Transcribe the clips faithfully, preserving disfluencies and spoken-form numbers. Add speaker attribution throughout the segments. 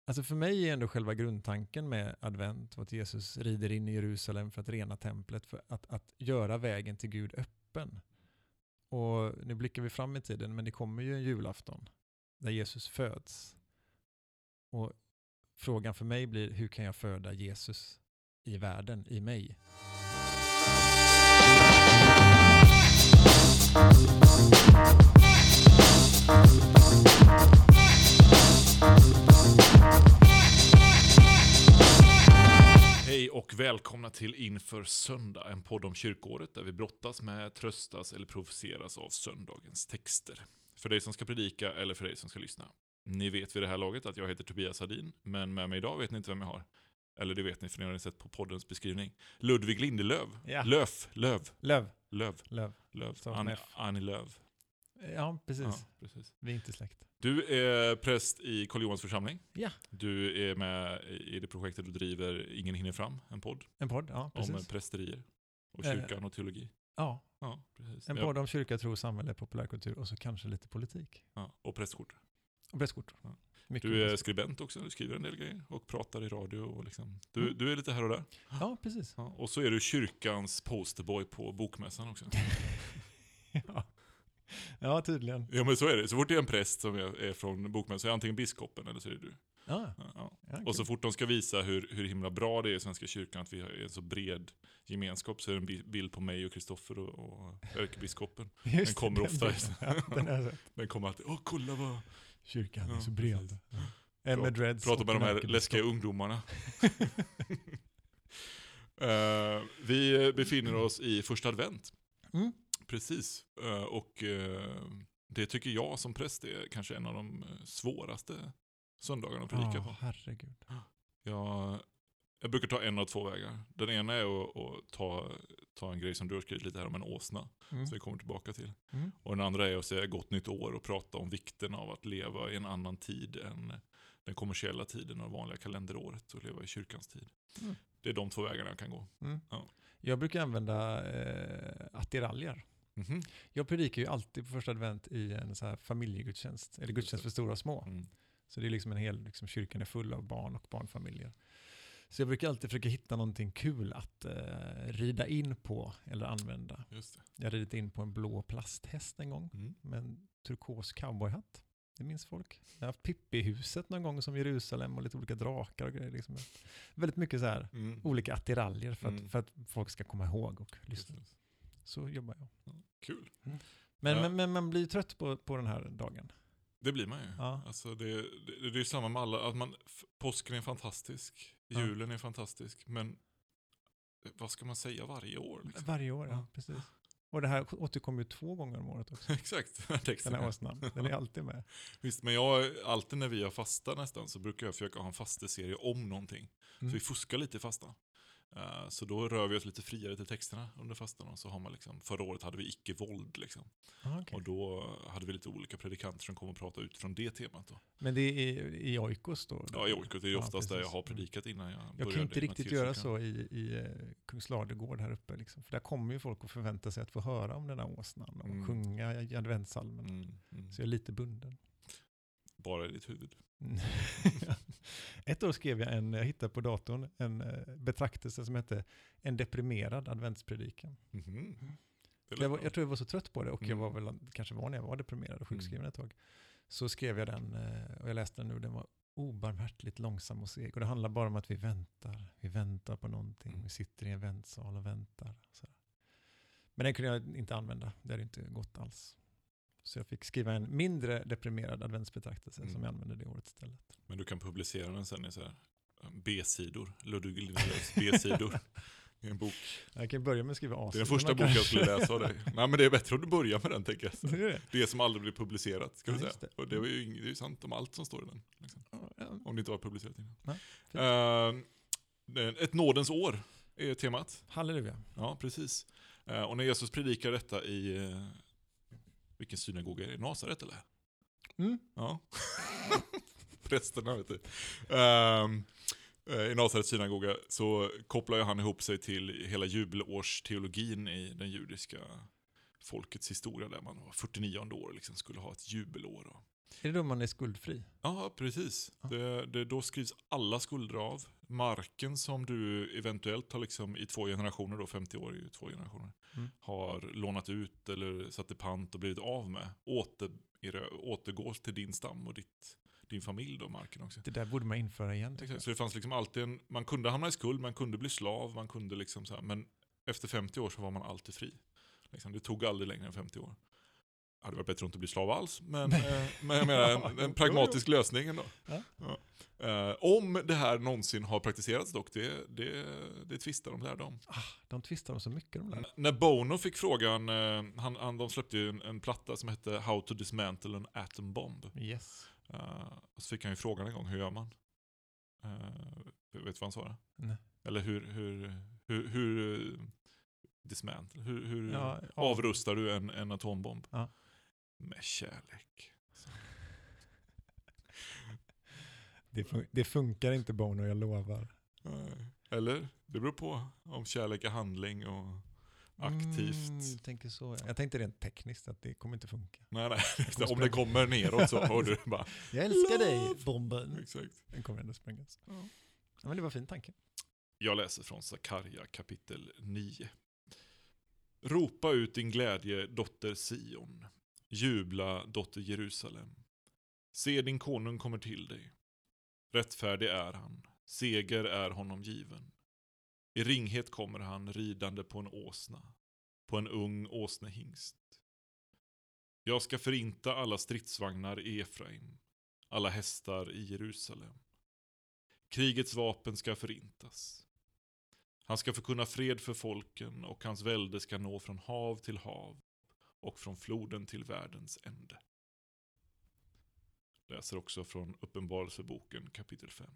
Speaker 1: Alltså för mig är ändå själva grundtanken med advent att Jesus rider in i Jerusalem för att rena templet, för att, att göra vägen till Gud öppen. Och nu blickar vi fram i tiden, men det kommer ju en julafton där Jesus föds. Och frågan för mig blir, hur kan jag föda Jesus i världen, i mig?
Speaker 2: Hej och välkomna till Inför söndag, en podd om kyrkåret där vi brottas med, tröstas eller provoceras av söndagens texter. För dig som ska predika eller för dig som ska lyssna. Ni vet vid det här laget att jag heter Tobias Hardin, men med mig idag vet ni inte vem jag har. Eller det vet ni för ni har sett på poddens beskrivning. Ludvig Lindelöv.
Speaker 1: Ja.
Speaker 2: Löf. Löv.
Speaker 1: Löv.
Speaker 2: Löv.
Speaker 1: Löv.
Speaker 2: Löv.
Speaker 1: Så
Speaker 2: Annie,
Speaker 1: F.
Speaker 2: Annie Löv.
Speaker 1: Ja, precis.
Speaker 2: Ja, precis.
Speaker 1: Vi är inte släkt.
Speaker 2: Du är präst i Karl Johans församling.
Speaker 1: Ja.
Speaker 2: Du är med i det projektet du driver Ingen hinner fram, en podd.
Speaker 1: En podd, ja, precis.
Speaker 2: Om prästerier och
Speaker 1: Eh,
Speaker 2: kyrkan och teologi.
Speaker 1: Ja,
Speaker 2: Ja, precis.
Speaker 1: en
Speaker 2: Ja.
Speaker 1: podd om kyrka, tro, samhälle, populärkultur och så kanske lite politik.
Speaker 2: Ja, och prästkort.
Speaker 1: Och presskort.
Speaker 2: Ja.
Speaker 1: Mycket
Speaker 2: Du är
Speaker 1: presskort.
Speaker 2: skribent också, du skriver en del grejer och pratar i radio. Och liksom. du,
Speaker 1: Mm.
Speaker 2: du är lite här och där.
Speaker 1: Ja, precis.
Speaker 2: Ja, och så är du kyrkans posterboy på bokmässan också.
Speaker 1: ja. ja, tydligen.
Speaker 2: Ja, men så är det. Så fort det är en präst som är, är från bokmässan så är antingen biskopen eller så är det du.
Speaker 1: Ja.
Speaker 2: Ja, ja.
Speaker 1: Ja,
Speaker 2: Och så
Speaker 1: kul.
Speaker 2: fort de ska visa hur, hur himla bra det är i Svenska kyrkan att vi har en så bred gemenskap så är det en bi- bild på mig och Kristoffer och, och ärkebiskopen.
Speaker 1: Just
Speaker 2: Den
Speaker 1: det,
Speaker 2: kommer ofta.
Speaker 1: bilden. Ja, den är så.
Speaker 2: Den kommer alltid, åh kolla vad...
Speaker 1: Kyrkan är
Speaker 2: Ja,
Speaker 1: så bred. Ja. En
Speaker 2: Pra-
Speaker 1: med dreads
Speaker 2: Prata
Speaker 1: och
Speaker 2: med de
Speaker 1: en
Speaker 2: här
Speaker 1: ärkebiskop.
Speaker 2: läskiga ungdomarna. uh, vi befinner oss i första advent.
Speaker 1: Mm.
Speaker 2: Precis. Uh, och uh, det tycker jag som präst är kanske en av de svåraste söndagarna att predika
Speaker 1: Ja,
Speaker 2: på.
Speaker 1: herregud.
Speaker 2: Jag, jag brukar ta en av två vägar. Den ena är att, att ta, ta en grej som du har skrivit lite här om en åsna.
Speaker 1: Mm.
Speaker 2: Som vi kommer tillbaka till.
Speaker 1: Mm.
Speaker 2: Och den andra är att säga gott nytt år och prata om vikten av att leva i en annan tid än den kommersiella tiden och vanliga kalenderåret och leva i kyrkans tid.
Speaker 1: Mm.
Speaker 2: Det är de två vägarna jag kan gå.
Speaker 1: Mm.
Speaker 2: Ja.
Speaker 1: Jag brukar använda eh, attiraljer.
Speaker 2: Mhm.
Speaker 1: Jag predikar ju alltid på första advent i en så här familjegudstjänst. Eller gudstjänst för stora och små.
Speaker 2: Mm.
Speaker 1: Så det är liksom en hel, liksom, kyrkan är full av barn och barnfamiljer. Så jag brukar alltid försöka hitta någonting kul att eh, rida in på eller använda.
Speaker 2: Just det.
Speaker 1: Jag ridit in på en blå plasthäst en gång
Speaker 2: Mm.
Speaker 1: med en turkos cowboyhatt. Det minns folk. Jag har haft Pippi-huset någon gång som Jerusalem och lite olika drakar och grejer. Liksom. Väldigt mycket så här
Speaker 2: Mm.
Speaker 1: olika attiraljer för att,
Speaker 2: Mm.
Speaker 1: för att folk ska komma ihåg och
Speaker 2: Just
Speaker 1: lyssna.
Speaker 2: det.
Speaker 1: Så jobbar jag.
Speaker 2: Kul.
Speaker 1: Men,
Speaker 2: Ja.
Speaker 1: men, men man blir trött på, på den här dagen.
Speaker 2: Det blir man ju.
Speaker 1: Ja.
Speaker 2: Alltså det, det, det är samma med alla. Att man, f- påsken är fantastisk.
Speaker 1: Ja.
Speaker 2: Julen är fantastisk. Men vad ska man säga varje år? Liksom?
Speaker 1: Varje år, ja.
Speaker 2: Ja.
Speaker 1: Precis. Och det här återkommer ju två gånger om året också.
Speaker 2: Exakt, den här texten.
Speaker 1: Den här åsnan. Den är alltid med.
Speaker 2: Visst, men jag, alltid när vi har fasta nästan så brukar jag försöka ha en fasteserie om någonting.
Speaker 1: Mm.
Speaker 2: Så vi fuskar lite i fastan. Uh, så då rör vi oss lite friare till texterna under fastan. Och så har man liksom, förra året hade vi icke-våld liksom.
Speaker 1: Ah, okay.
Speaker 2: Och då hade vi lite olika predikanter som kom och pratade utifrån det temat då.
Speaker 1: Men det är i Oikos då?
Speaker 2: Ja, i Oikos, det är ju
Speaker 1: Ja,
Speaker 2: oftast där jag
Speaker 1: precis.
Speaker 2: har predikat innan jag
Speaker 1: Jag
Speaker 2: började.
Speaker 1: kan inte
Speaker 2: i
Speaker 1: riktigt göra
Speaker 2: Matteus-kyrkan.
Speaker 1: så i, i eh, Kungsladegård här uppe. Liksom. För där kommer ju folk att förvänta sig att få höra om den här åsnan och
Speaker 2: Mm.
Speaker 1: sjunga i adventssalmen.
Speaker 2: Mm, mm.
Speaker 1: Så jag är lite bunden.
Speaker 2: Bara i ditt huvud.
Speaker 1: Ett år skrev jag en, jag hittade på datorn, en eh, betraktelse som hette En deprimerad adventspredikan.
Speaker 2: Mhm. Det lät
Speaker 1: Jag, var,
Speaker 2: bra.
Speaker 1: jag tror jag var så trött på det och jag
Speaker 2: Mm.
Speaker 1: var väl, kanske var när jag var deprimerad och sjukskriven ett tag. Så skrev jag den eh, och jag läste den nu. Den var obarmhärtigt långsam och seg. Och det handlar bara om att vi väntar. Vi väntar på någonting.
Speaker 2: Mm.
Speaker 1: Vi sitter i en väntsal och väntar. Så. Men den kunde jag inte använda. Det hade inte gått alls. Så jag fick skriva en mindre deprimerad adventsbetraktelse
Speaker 2: Mm.
Speaker 1: som jag använde det året istället.
Speaker 2: Men du kan publicera den sen i så här B-sidor. Ludvig Lindelöfs B-sidor. I en bok.
Speaker 1: Jag kan börja med att skriva as.
Speaker 2: Det är den första boken jag skulle läsa av dig. Nej, men det är bättre om du börjar med den, tänker jag.
Speaker 1: Det är det.
Speaker 2: Det som aldrig blir publicerat, ska
Speaker 1: Ja,
Speaker 2: du
Speaker 1: just
Speaker 2: säga.
Speaker 1: det.
Speaker 2: Och det, var ju, ing- det är ju sant om allt som står i den. Liksom.
Speaker 1: Ja, ja.
Speaker 2: Om det inte var publicerat innan.
Speaker 1: Nej,
Speaker 2: Uh, ett nådens år är temat.
Speaker 1: Halleluja.
Speaker 2: Ja, precis. Uh, och när Jesus predikar detta i... Uh, vilken synagoga är det? Nasaret, eller?
Speaker 1: Mm.
Speaker 2: Ja. Prästerna, vet du. Um, I Nasarets synagoga så kopplar ju han ihop sig till hela jubelårsteologin i den judiska folkets historia där man var fyrtionionde år liksom skulle ha ett jubelår. Och
Speaker 1: Är det då man är skuldfri?
Speaker 2: Ja, precis.
Speaker 1: Ja.
Speaker 2: Det, det, då skrivs alla skulder av. Marken som du eventuellt har liksom i två generationer, då femtio år är ju två generationer,
Speaker 1: Mm.
Speaker 2: har lånat ut eller satt i pant och blivit av med, åter, återgår till din stam och ditt, din familj då, marken också.
Speaker 1: Det där borde man införa igen.
Speaker 2: Exakt. Så det fanns liksom alltid en, man kunde hamna i skuld, man kunde bli slav, man kunde liksom så här, men efter femtio år så var man alltid fri. Liksom, det tog aldrig längre än femtio år. Det hade varit bättre att inte bli slav alls, men, eh, men jag menar, en, en pragmatisk lösning ändå.
Speaker 1: Ja.
Speaker 2: Ja. Eh, om det här någonsin har praktiserats dock, det, det, det tvistar de lärde om.
Speaker 1: Ah, de tvistar om så mycket de där.
Speaker 2: N- när Bono fick frågan, eh, han, han, de släppte ju en, en platta som hette How to Dismantle an Atom Bomb.
Speaker 1: Yes.
Speaker 2: Uh, och så fick han ju frågan en gång, hur gör man? Uh, vet du vad han svarade?
Speaker 1: Nej.
Speaker 2: Eller hur, hur, hur, hur dismantle, hur, hur
Speaker 1: Ja, ja.
Speaker 2: avrustar du en, en atombomb?
Speaker 1: Ja.
Speaker 2: Med kärlek.
Speaker 1: Det, fun- det funkar inte Bono, jag lovar.
Speaker 2: Uh, eller, det beror på om kärlek är handling och aktivt.
Speaker 1: Mm, jag tänker så. Jag tänkte rent tekniskt att det kommer inte funka.
Speaker 2: Nej, nej. Om det kommer neråt så har du bara...
Speaker 1: Jag älskar dig,
Speaker 2: Love!
Speaker 1: bomben.
Speaker 2: Exakt.
Speaker 1: Den kommer ändå sprängas.
Speaker 2: Ja.
Speaker 1: Ja, men det var en fin tanke.
Speaker 2: Jag läser från Sakarja kapitel nio. Ropa ut din glädje, dotter Sion. Jubla, dotter Jerusalem. Se, din konung kommer till dig. Rättfärdig är han. Seger är honom given. I ringhet kommer han ridande på en åsna. På en ung åsnehingst. Jag ska förinta alla stridsvagnar i Efraim. Alla hästar i Jerusalem. Krigets vapen ska förintas. Han ska förkunna fred för folken och hans välde ska nå från hav till hav och från floden till världens ände. Läser också från Uppenbarelseboken kapitel fem.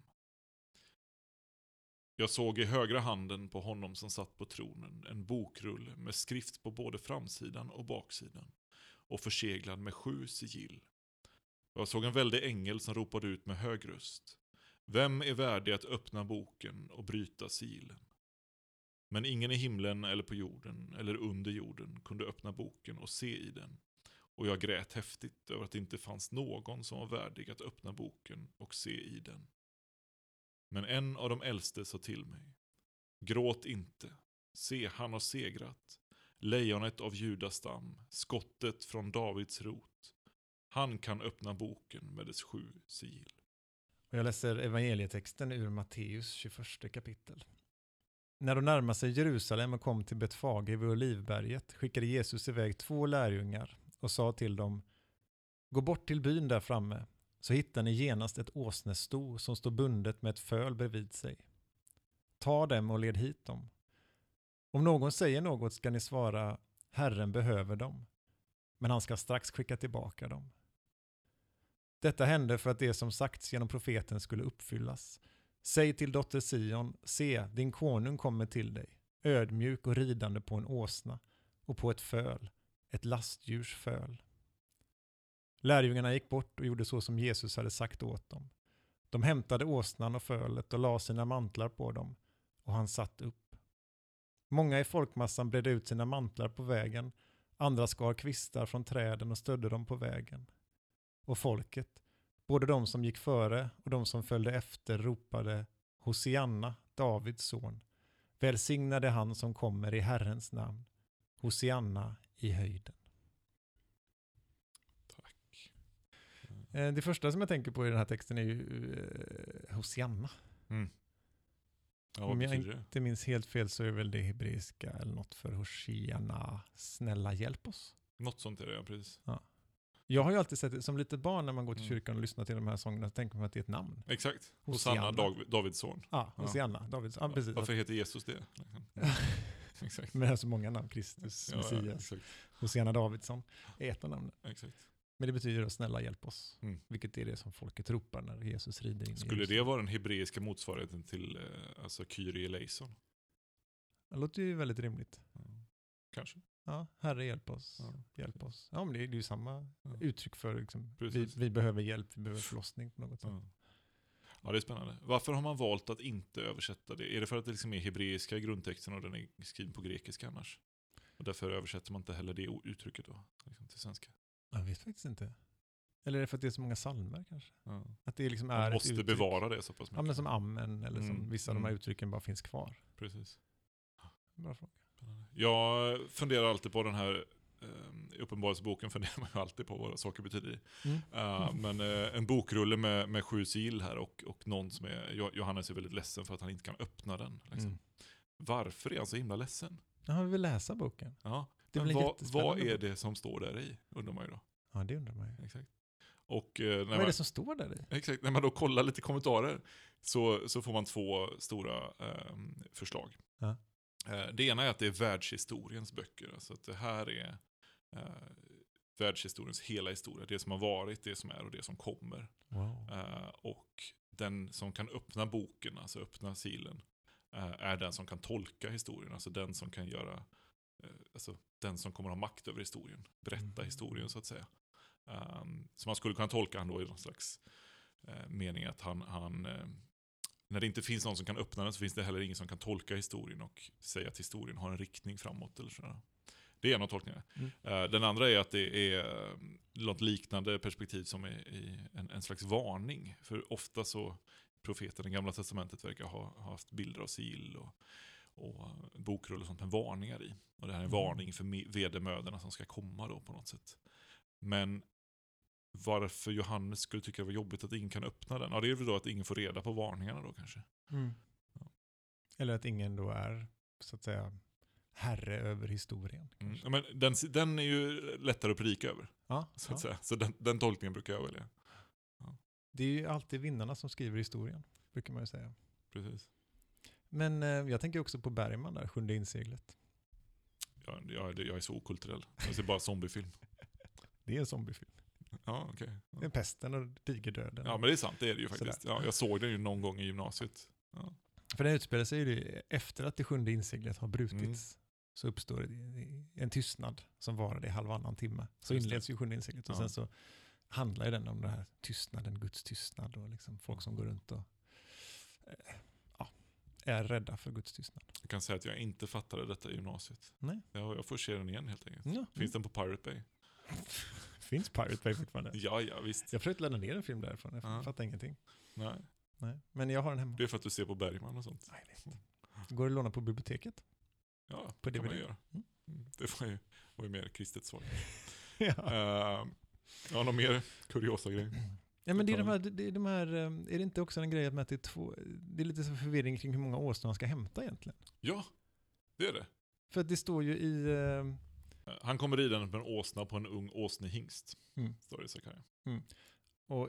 Speaker 2: Jag såg i högra handen på honom som satt på tronen en bokrulle med skrift på både framsidan och baksidan och förseglad med sju sigill. Jag såg en väldig ängel som ropade ut med hög röst. Vem är värdig att öppna boken och bryta sigillen? Men ingen i himlen eller på jorden eller under jorden kunde öppna boken och se i den. Och jag grät häftigt över att det inte fanns någon som var värdig att öppna boken och se i den. Men en av de äldste sa till mig. Gråt inte. Se, han har segrat. Lejonet av Judas stam, skottet från Davids rot. Han kan öppna boken med dess sju sigill.
Speaker 1: Och jag läser evangelietexten ur Matteus tjugoförsta kapitel. När de närmade sig Jerusalem och kom till Betfage vid Olivberget skickade Jesus iväg två lärjungar och sa till dem: Gå bort till byn där framme, så hittar ni genast ett åsnesto som står bundet med ett föl bredvid sig. Ta dem och led hit dem. Om någon säger något ska ni svara: Herren behöver dem, men han ska strax skicka tillbaka dem. Detta hände för att det som sagts genom profeten skulle uppfyllas. Säg till dotter Sion, se, din konung kommer till dig, ödmjuk och ridande på en åsna och på ett föl, ett lastdjurs föl. Lärjungarna gick bort och gjorde så som Jesus hade sagt åt dem. De hämtade åsnan och fölet och la sina mantlar på dem, och han satt upp. Många i folkmassan bredde ut sina mantlar på vägen, andra skar kvistar från träden och stödde dem på vägen. Och folket, både de som gick före och de som följde efter, ropade: Hosianna, Davids son. Välsignade han som kommer i Herrens namn. Hosianna i höjden.
Speaker 2: Tack.
Speaker 1: Eh, Det första som jag tänker på i den här texten är ju eh, Hosianna.
Speaker 2: Mm. Ja, vad
Speaker 1: Om jag
Speaker 2: betyder det?
Speaker 1: inte minns helt fel så är väl det hebreiska eller något för Hosianna, snälla hjälp oss.
Speaker 2: Något sånt är det, ja, precis.
Speaker 1: Jag har ju alltid sett det som litet barn när man går till
Speaker 2: Mm.
Speaker 1: kyrkan och lyssnar till de här sångerna, så tänker man att det är ett namn.
Speaker 2: Exakt.
Speaker 1: Hosianna.
Speaker 2: Hosanna, Dag, Davids son.
Speaker 1: Ja,
Speaker 2: Ja.
Speaker 1: Hosianna, Davids. Ja, precis.
Speaker 2: Varför heter Jesus det? Liksom. Exakt.
Speaker 1: Men det är så många namn, Kristus,
Speaker 2: Ja, ja,
Speaker 1: Messias,
Speaker 2: exakt.
Speaker 1: Hosianna Davidsson är ett av namnen.
Speaker 2: exakt.
Speaker 1: Men det betyder då snälla hjälp oss.
Speaker 2: Mm.
Speaker 1: Vilket är det som folket ropar när Jesus rider in i
Speaker 2: Skulle det
Speaker 1: Jerusalem.
Speaker 2: vara den hebreiska motsvarigheten till eh, alltså Kyrie eleison?
Speaker 1: Det låter ju väldigt rimligt.
Speaker 2: Ja. Kanske.
Speaker 1: Ja, Herre hjälp oss.
Speaker 2: Ja.
Speaker 1: Hjälp oss. Ja, men det är det är ju samma
Speaker 2: Ja.
Speaker 1: uttryck för liksom, vi,
Speaker 2: Precis.
Speaker 1: vi behöver hjälp, vi behöver förlossning på något sätt.
Speaker 2: Ja. ja, det är spännande. Varför har man valt att inte översätta det? Är det för att det liksom är hebreiska grundtexten och den är skriven på grekiska annars? Och därför översätter man inte heller det uttrycket då, liksom till svenska?
Speaker 1: Jag vet faktiskt inte. Eller är det för att det är så många psalmer kanske?
Speaker 2: Ja.
Speaker 1: Att det liksom
Speaker 2: Man
Speaker 1: är
Speaker 2: måste
Speaker 1: ett uttryck.
Speaker 2: bevara det så pass mycket.
Speaker 1: Ja, men som amen eller som
Speaker 2: Mm,
Speaker 1: vissa av de här
Speaker 2: mm.
Speaker 1: uttrycken bara finns kvar.
Speaker 2: Precis.
Speaker 1: Bra fråga.
Speaker 2: Jag funderar alltid på den här um, uppenbarelseboken, funderar man ju alltid på vad saker betyder i.
Speaker 1: Mm.
Speaker 2: Uh, men uh, en bokrulle med, med sju sigill här och, och någon som är, Johannes är väldigt ledsen för att han inte kan öppna den. Liksom.
Speaker 1: Mm.
Speaker 2: Varför är han så himla ledsen?
Speaker 1: Ja, vi vill läsa boken.
Speaker 2: Ja.
Speaker 1: Det är
Speaker 2: Men
Speaker 1: väl en
Speaker 2: vad,
Speaker 1: jättespännande
Speaker 2: vad är
Speaker 1: bok.
Speaker 2: det som står där i, undrar man ju då.
Speaker 1: Ja, det undrar man ju.
Speaker 2: Exakt. Och, uh, när
Speaker 1: Vad
Speaker 2: man,
Speaker 1: är det som står där i?
Speaker 2: exakt, när man då kollar lite kommentarer så, så får man två stora um, förslag.
Speaker 1: Ja.
Speaker 2: Det ena är att det är världshistoriens böcker. Alltså att det här är eh, världshistoriens hela historia. Det som har varit, det som är och det som kommer.
Speaker 1: Wow.
Speaker 2: Eh, och den som kan öppna boken, alltså öppna silen, eh, är den som kan tolka historien. Alltså den som kan göra, eh, alltså den som kommer ha makt över historien. Berätta
Speaker 1: Mm.
Speaker 2: historien så att säga. Um, så man skulle kunna tolka han då i någon slags eh, mening att han... han eh, när det inte finns någon som kan öppna den så finns det heller ingen som kan tolka historien och säga att historien har en riktning framåt eller sådär. Det är en av tolkningarna.
Speaker 1: Mm.
Speaker 2: Uh, den andra är att det är uh, något liknande perspektiv som är i en, en slags varning. För ofta så profeten i Gamla testamentet verkar ha, ha haft bilder av sigill och, och bokrull och sånt med varningar i. Och det här är en
Speaker 1: Mm.
Speaker 2: varning för me- vedermödorna som ska komma då på något sätt. Men varför Johannes skulle tycka det var jobbigt att ingen kan öppna den? Ja, det är väl då att ingen får reda på varningarna då kanske.
Speaker 1: Mm.
Speaker 2: Ja.
Speaker 1: Eller att ingen då är, så att säga, herre över historien.
Speaker 2: Mm. Ja, men den, den är ju lättare att predika över,
Speaker 1: Ja,
Speaker 2: så att
Speaker 1: ja.
Speaker 2: säga. Så den, den tolkningen brukar jag välja.
Speaker 1: Det är ju alltid vinnarna som skriver historien, brukar man ju säga.
Speaker 2: Precis.
Speaker 1: Men eh, jag tänker också på Bergman där, Sjunde inseglet.
Speaker 2: Jag, jag, jag är så okulturell. Jag ser bara zombiefilm.
Speaker 1: Det är en zombiefilm.
Speaker 2: Ja, okej.
Speaker 1: Det är
Speaker 2: Ja.
Speaker 1: pesten och digerdöden.
Speaker 2: ja, men det är sant. Det är det ju faktiskt.
Speaker 1: Sådär.
Speaker 2: Ja, jag såg den ju någon gång i gymnasiet. Ja.
Speaker 1: För den utspelar sig ju efter att det sjunde inseglet har brutits.
Speaker 2: Mm.
Speaker 1: Så uppstår det en tystnad som varar i halvannan timme. Så
Speaker 2: Just det.
Speaker 1: inleds ju sjunde inseglet. Och
Speaker 2: Ja.
Speaker 1: sen så handlar ju den om den här tystnaden, Guds tystnad. Och liksom folk som går runt och eh, ja, är rädda för Guds tystnad.
Speaker 2: Jag kan säga att jag inte fattade detta i gymnasiet.
Speaker 1: Nej.
Speaker 2: Jag, jag får se den igen helt enkelt.
Speaker 1: Ja.
Speaker 2: Finns den på Pirate Bay?
Speaker 1: Finns Pirate Bay fortfarande?
Speaker 2: Ja, ja, visst.
Speaker 1: Jag försökte ladda ner en film därifrån. Jag
Speaker 2: Ja.
Speaker 1: fattar ingenting.
Speaker 2: Nej.
Speaker 1: Nej. Men jag har den hemma.
Speaker 2: Det är för att du ser på Bergman och sånt.
Speaker 1: Nej, jag vet. Går det att låna på biblioteket?
Speaker 2: Ja,
Speaker 1: På
Speaker 2: det kan man
Speaker 1: D V D.
Speaker 2: göra.
Speaker 1: Mm.
Speaker 2: Mm. Det var ju, var ju mer kristet svar.
Speaker 1: Ja.
Speaker 2: Uh, ja, någon mer kuriosa grej.
Speaker 1: Ja, men det är, de här, det är de här, um, är det inte också en grej med att det är två, det är lite så förvirring kring hur många åsnor man ska hämta egentligen?
Speaker 2: Ja, det är det.
Speaker 1: För att det står ju i, um,
Speaker 2: Uh, han kommer ridande på en åsna på en ung åsnehingst.
Speaker 1: Mm.
Speaker 2: Står det i Zakaria.
Speaker 1: och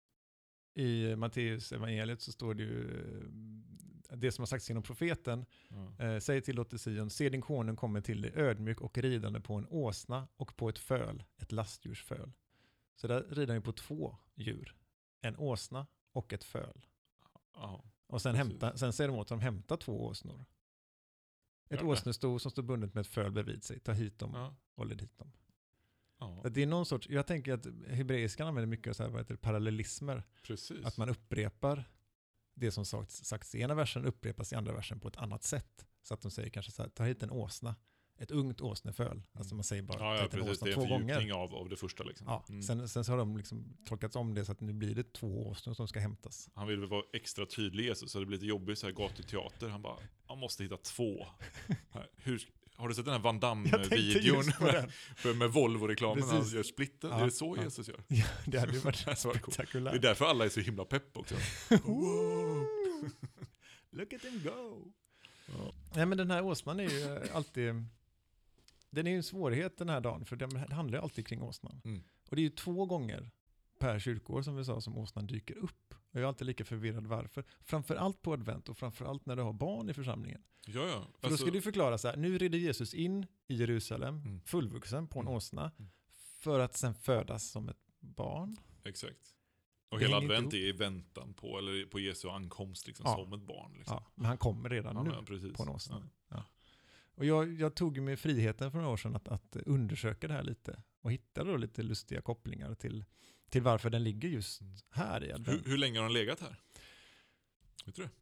Speaker 1: i Matteus evangeliet så står det ju um, det som har sagts genom profeten,
Speaker 2: Ja.
Speaker 1: eh, säg till dotter Sion, se din konung kommer till dig ödmjuk och ridande på en åsna och på ett föl, ett lastdjursföl. Så där rider han ju på två djur, en åsna och ett föl.
Speaker 2: Ja.
Speaker 1: Och sen,
Speaker 2: Precis.
Speaker 1: hämta, sen säger de åt dem, hämta två åsnor. Ett
Speaker 2: Ja.
Speaker 1: åsnesto som står bundet med ett föl bredvid sig. Ta hit dem
Speaker 2: Ja.
Speaker 1: och led hit dem.
Speaker 2: Ja.
Speaker 1: Det är någon sorts, jag tänker att hebreiskan använder mycket av så här, vad heter det, parallellismer.
Speaker 2: Precis.
Speaker 1: Att man upprepar det som sagts, sagts i ena versen upprepas i andra versen på ett annat sätt. Så att de säger kanske så här, ta hit en åsna. Ett ungt åsneföl. Alltså man säger bara,
Speaker 2: Ja,
Speaker 1: ta
Speaker 2: ja
Speaker 1: hit en
Speaker 2: precis.
Speaker 1: åsna
Speaker 2: Det är
Speaker 1: två
Speaker 2: en
Speaker 1: gånger.
Speaker 2: fördjupning av, av det första. Liksom.
Speaker 1: Ja,
Speaker 2: Mm.
Speaker 1: sen, sen så har de liksom tolkat om det så att nu blir det två åsnor som ska hämtas.
Speaker 2: Han vill väl vara extra tydlig Jesus, så det blir lite jobbigt så här gatuteater. Han bara, man måste hitta två. Här, hur, har du sett den här Van
Speaker 1: Jag tänkte
Speaker 2: Damme-videon
Speaker 1: just på
Speaker 2: med,
Speaker 1: den.
Speaker 2: för- med Volvo-reklamen när han
Speaker 1: Precis.
Speaker 2: gör splitten?
Speaker 1: Ja,
Speaker 2: Det är så
Speaker 1: ja.
Speaker 2: Jesus gör.
Speaker 1: Ja, det hade ju varit
Speaker 2: Det hade varit coolt. Det är
Speaker 1: spektakulärt.
Speaker 2: därför alla är så himla pepp också.
Speaker 1: Wow. Look at him go.
Speaker 2: Ja.
Speaker 1: Nej, men den här åsnan är ju alltid, den är ju en svårighet den här dagen, för det handlar ju alltid kring åsnan.
Speaker 2: Mm.
Speaker 1: Och det är ju två gånger per kyrkoår som vi sa som åsnan dyker upp. Och jag är alltid lika förvirrad varför. Framförallt på advent och framförallt när du har barn i församlingen.
Speaker 2: Ja, ja.
Speaker 1: För då ska du förklara så här, nu rider Jesus in i Jerusalem,
Speaker 2: Mm.
Speaker 1: fullvuxen på en
Speaker 2: Mm.
Speaker 1: åsna,
Speaker 2: Mm.
Speaker 1: för att sen födas som ett barn.
Speaker 2: Exakt. Och
Speaker 1: Det
Speaker 2: hela
Speaker 1: hänger inte
Speaker 2: advent
Speaker 1: ihop.
Speaker 2: är i väntan på, eller på Jesu ankomst liksom,
Speaker 1: Ja.
Speaker 2: som ett barn. Liksom.
Speaker 1: Ja, men han kommer redan
Speaker 2: Ja,
Speaker 1: nu
Speaker 2: men precis.
Speaker 1: på en åsna.
Speaker 2: Ja.
Speaker 1: Och jag, jag tog mig friheten för några år sedan att, att undersöka det här lite och hittade då lite lustiga kopplingar till, till varför den ligger just här i
Speaker 2: Hur,
Speaker 1: advent.
Speaker 2: hur länge har den legat här? Vet du det?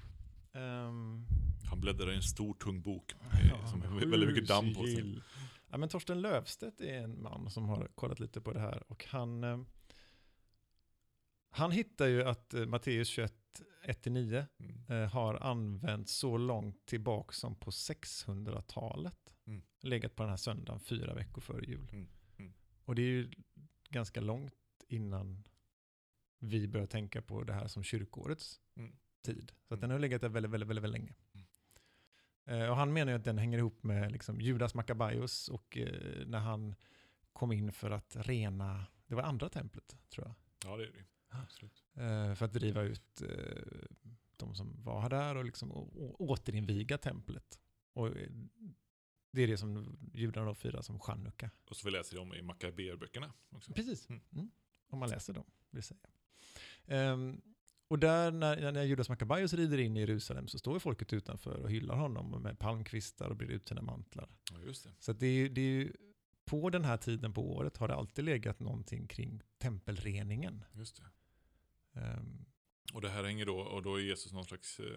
Speaker 1: Um,
Speaker 2: Han bläddrar i en stor tung bok med, som har väldigt mycket damm på sig.
Speaker 1: Ja, men Torsten Löfstedt är en man som har kollat lite på det här och han, eh, han hittar ju att eh, Matteus tjugoett, ett till nio
Speaker 2: Mm.
Speaker 1: eh, har använts så långt tillbaka som på sexhundratalet.
Speaker 2: Mm.
Speaker 1: Legat på den här söndagen fyra veckor före jul.
Speaker 2: Mm. Mm.
Speaker 1: Och det är ju ganska långt innan vi börjar tänka på det här som kyrkårets
Speaker 2: Mm.
Speaker 1: tid. Så att
Speaker 2: Mm.
Speaker 1: den har legat där väldigt, väldigt, väldigt, väldigt länge.
Speaker 2: Mm.
Speaker 1: Eh, och han menar ju att den hänger ihop med liksom Judas Maccabaios och eh, när han kom in för att rena, det var andra templet tror jag.
Speaker 2: Ja, det är det. Absolut.
Speaker 1: Eh, för att driva ut eh, de som var där och liksom å- å- återinviga templet. Och eh, det är det som judarna då firar som Chanukka.
Speaker 2: Och så vi läser om i Maccabeerböckerna också.
Speaker 1: Precis,
Speaker 2: Mm.
Speaker 1: mm. om man läser dem vill säga. Ehm, och där när, när Judas Maccabaios rider in i Jerusalem så står ju folket utanför och hyllar honom med palmkvistar och brer ut sina mantlar.
Speaker 2: Ja, just det.
Speaker 1: Så att det är, ju- det är ju, på den här tiden på året har det alltid legat någonting kring tempelreningen.
Speaker 2: Just det.
Speaker 1: Ehm,
Speaker 2: Och det här hänger då, och då är Jesus någon slags, eh,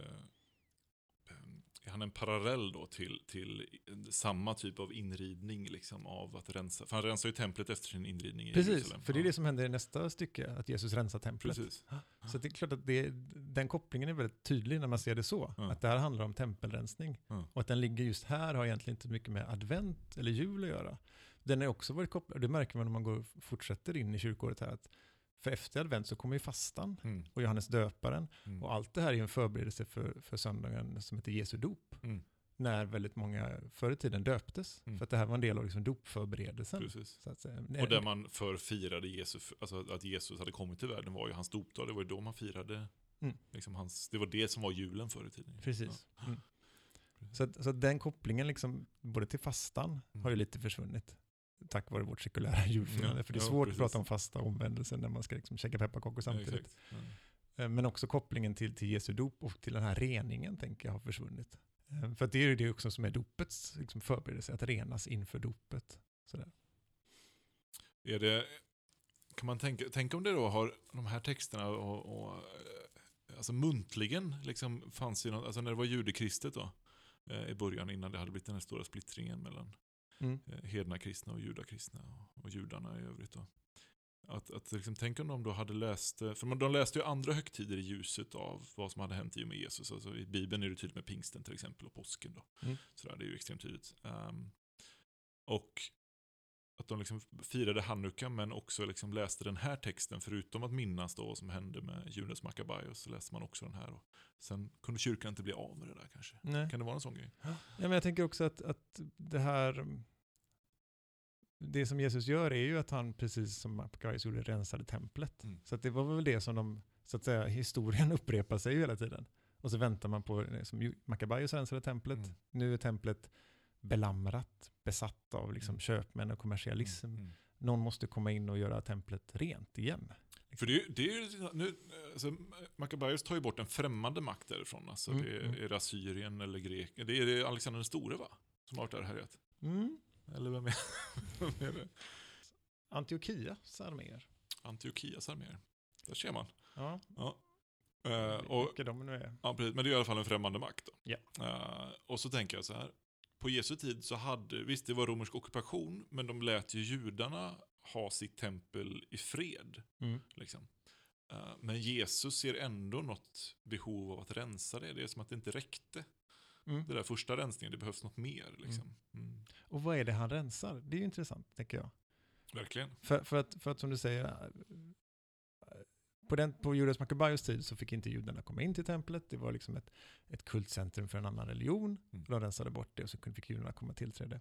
Speaker 2: är han en parallell då till, till samma typ av inridning liksom av att rensa, för han rensar ju templet efter sin inridning i
Speaker 1: precis,
Speaker 2: Jerusalem.
Speaker 1: för det är
Speaker 2: Ja.
Speaker 1: det som händer i nästa stycke, att Jesus rensar templet.
Speaker 2: Precis.
Speaker 1: Så det är klart att det, den kopplingen är väldigt tydlig när man ser det så.
Speaker 2: Ja.
Speaker 1: Att det här handlar om tempelrensning.
Speaker 2: Ja.
Speaker 1: Och att den ligger just här har egentligen inte mycket med advent eller jul att göra. Den är också varit kopplad, det märker man om man går och fortsätter in i kyrkåret här. Att för efter advent så kommer ju fastan
Speaker 2: Mm.
Speaker 1: och Johannes döparen.
Speaker 2: Mm.
Speaker 1: Och allt det här är ju en förberedelse för, för söndagen som heter Jesu dop.
Speaker 2: Mm.
Speaker 1: När väldigt många förr i tiden döptes.
Speaker 2: Mm.
Speaker 1: För att det här var en del av liksom dopförberedelsen.
Speaker 2: Precis.
Speaker 1: Så att säga.
Speaker 2: Och där man för firade Jesus, alltså att Jesus hade kommit till världen var ju hans dopdag. Det var ju då man firade
Speaker 1: Mm.
Speaker 2: liksom hans, det var det som var julen förr i tiden.
Speaker 1: Precis.
Speaker 2: Ja.
Speaker 1: Mm. Så, att, så att den kopplingen liksom, både till fastan
Speaker 2: Mm.
Speaker 1: har ju lite försvunnit. Tack vare vårt sekulära julfirande.
Speaker 2: Ja,
Speaker 1: För det är
Speaker 2: ja,
Speaker 1: svårt
Speaker 2: precis.
Speaker 1: att prata om fasta och omvändelse när man ska liksom käka pepparkakor
Speaker 2: Ja,
Speaker 1: samtidigt.
Speaker 2: exakt. Ja.
Speaker 1: Eh, Men också kopplingen till, till Jesu dop och till den här reningen tänker jag har försvunnit. Eh, För att det är ju det också som är dopets liksom förberedelse, att renas inför dopet. Sådär.
Speaker 2: Är det, kan man tänka, tänka om det då har de här texterna och, och eh, alltså muntligen liksom fanns i något, alltså när det var judekristet då eh, i början innan det hade blivit den här stora splittringen mellan
Speaker 1: Mm.
Speaker 2: eh, hedna kristna och judakristna och, och judarna i övrigt då. Att, att liksom, tänk om de då hade läst, eh, för de läste ju andra högtider i ljuset av vad som hade hänt i och med Jesus. Alltså i Bibeln är det tydligt med pingsten till exempel och påsken då.
Speaker 1: Mm.
Speaker 2: Sådär, det är ju extremt tydligt. Um, och att de liksom firade Hanukka men också liksom läste den här texten förutom att minnas då vad som hände med Judas Maccabaios så läste man också den här. Och sen kunde kyrkan inte bli av med det där kanske.
Speaker 1: Nej.
Speaker 2: Kan det vara en sån grej?
Speaker 1: Ja, men jag tänker också att, att det här, det som Jesus gör är ju att han precis som Maccabaios gjorde rensade templet.
Speaker 2: Mm.
Speaker 1: Så att det var väl det som de, så att säga, historien upprepar sig ju hela tiden. Och så väntar man på, som ju- Maccabaios rensade templet,
Speaker 2: Mm.
Speaker 1: nu är templet belamrat, besatt av liksom
Speaker 2: Mm.
Speaker 1: köpmän och kommersialism.
Speaker 2: Mm.
Speaker 1: Någon måste komma in och göra templet rent igen.
Speaker 2: För det, är- det är ju, nu, alltså, Maccabaios tar ju bort en främmande makt därifrån. Alltså,
Speaker 1: Mm,
Speaker 2: det är,
Speaker 1: mm.
Speaker 2: är det Assyrien eller Grekland. Det är det Alexander den store va? Som har varit där och härjat.
Speaker 1: Mm.
Speaker 2: Eller vem är, vem är det?
Speaker 1: Antiochias arméer.
Speaker 2: Antiochias arméer. Där ser man.
Speaker 1: Ja,
Speaker 2: Ja. Eh, och,
Speaker 1: vilka de nu är.
Speaker 2: ja, precis, men det är i alla fall en främmande makt. Då.
Speaker 1: Ja.
Speaker 2: Eh, och så tänker jag så här. På Jesu tid så hade, visst det var romersk ockupation, men de lät ju judarna ha sitt tempel i fred.
Speaker 1: Mm.
Speaker 2: Liksom. Eh, men Jesus ser ändå något behov av att rensa det. Det är som att det inte räckte.
Speaker 1: Mm.
Speaker 2: Det där första rensningen, det behövs något mer. Liksom. Mm.
Speaker 1: Och vad är det han rensar? Det är ju intressant, tänker jag.
Speaker 2: Verkligen.
Speaker 1: För, för, att, för att som du säger, på, den, på Judas Maccabaios tid så fick inte judarna komma in till templet. Det var liksom ett, ett kultcentrum för en annan religion.
Speaker 2: Mm.
Speaker 1: De rensade bort det och så fick judarna komma tillträde.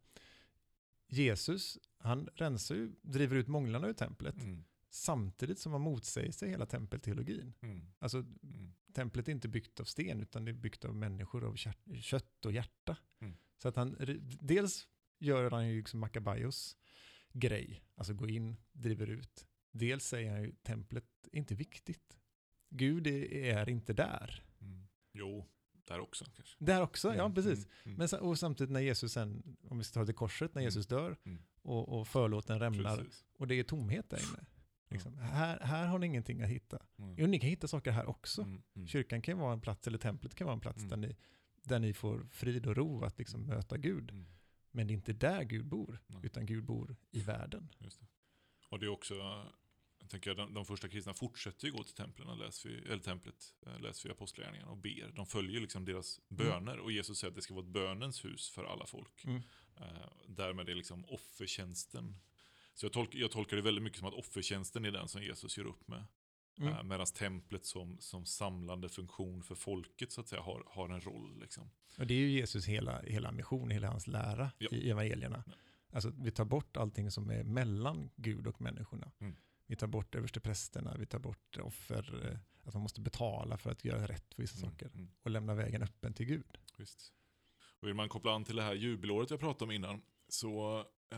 Speaker 1: Jesus, han rensar ju, driver ut månglarna ur templet.
Speaker 2: Mm.
Speaker 1: Samtidigt som han motsäger sig hela tempelteologin.
Speaker 2: Mm.
Speaker 1: Alltså,
Speaker 2: Mm.
Speaker 1: templet är inte byggt av sten utan det är byggt av människor, av kär- kött och hjärta.
Speaker 2: Mm.
Speaker 1: Så att han, dels gör han ju liksom Maccabaios grej, alltså gå in, driver ut. Dels säger han ju templet är inte viktigt. Gud är, är inte där.
Speaker 2: Mm. Jo, där också kanske.
Speaker 1: Där också, ja
Speaker 2: Mm.
Speaker 1: precis.
Speaker 2: Mm. Mm.
Speaker 1: Men, så- och samtidigt när Jesus sen, om vi ska ta till korset, när
Speaker 2: Mm.
Speaker 1: Jesus dör
Speaker 2: Mm.
Speaker 1: och, och förlåten rämnar
Speaker 2: Precis.
Speaker 1: och det är tomhet där inne. Liksom. Här, här har ni ingenting att hitta.
Speaker 2: Mm.
Speaker 1: Jo, ni kan hitta saker här också.
Speaker 2: Mm. Mm.
Speaker 1: Kyrkan kan vara en plats, eller templet kan vara en plats
Speaker 2: Mm.
Speaker 1: där, ni, där ni får frid och ro att liksom möta Gud.
Speaker 2: Mm.
Speaker 1: Men det är inte där Gud bor,
Speaker 2: Nej.
Speaker 1: utan Gud bor i världen.
Speaker 2: Just det. Och det är också, jag tänker de, de första kristna fortsätter ju gå till templen, läser vi, eller templet, läser vi apostlagärningarna och ber. De följer liksom deras böner mm. och Jesus säger att det ska vara ett bönens hus för alla folk. Mm. Uh, därmed är liksom offertjänsten. Så jag, tolk, jag tolkar det väldigt mycket som att offertjänsten är den som Jesus gör upp med. Mm. Uh, Medan templet som, som samlande funktion för folket så att säga har, har en roll. Liksom.
Speaker 1: Och det är ju Jesus hela, hela mission, hela hans lära ja. i evangelierna. Ja. Alltså vi tar bort allting som är mellan Gud och människorna. Mm. Vi tar bort översteprästerna, vi tar bort offer, mm. att man måste betala för att göra rätt för vissa mm. saker. Mm. Och lämna vägen öppen till Gud.
Speaker 2: Visst. Och vill man koppla an till det här jubelåret jag pratade om innan så eh,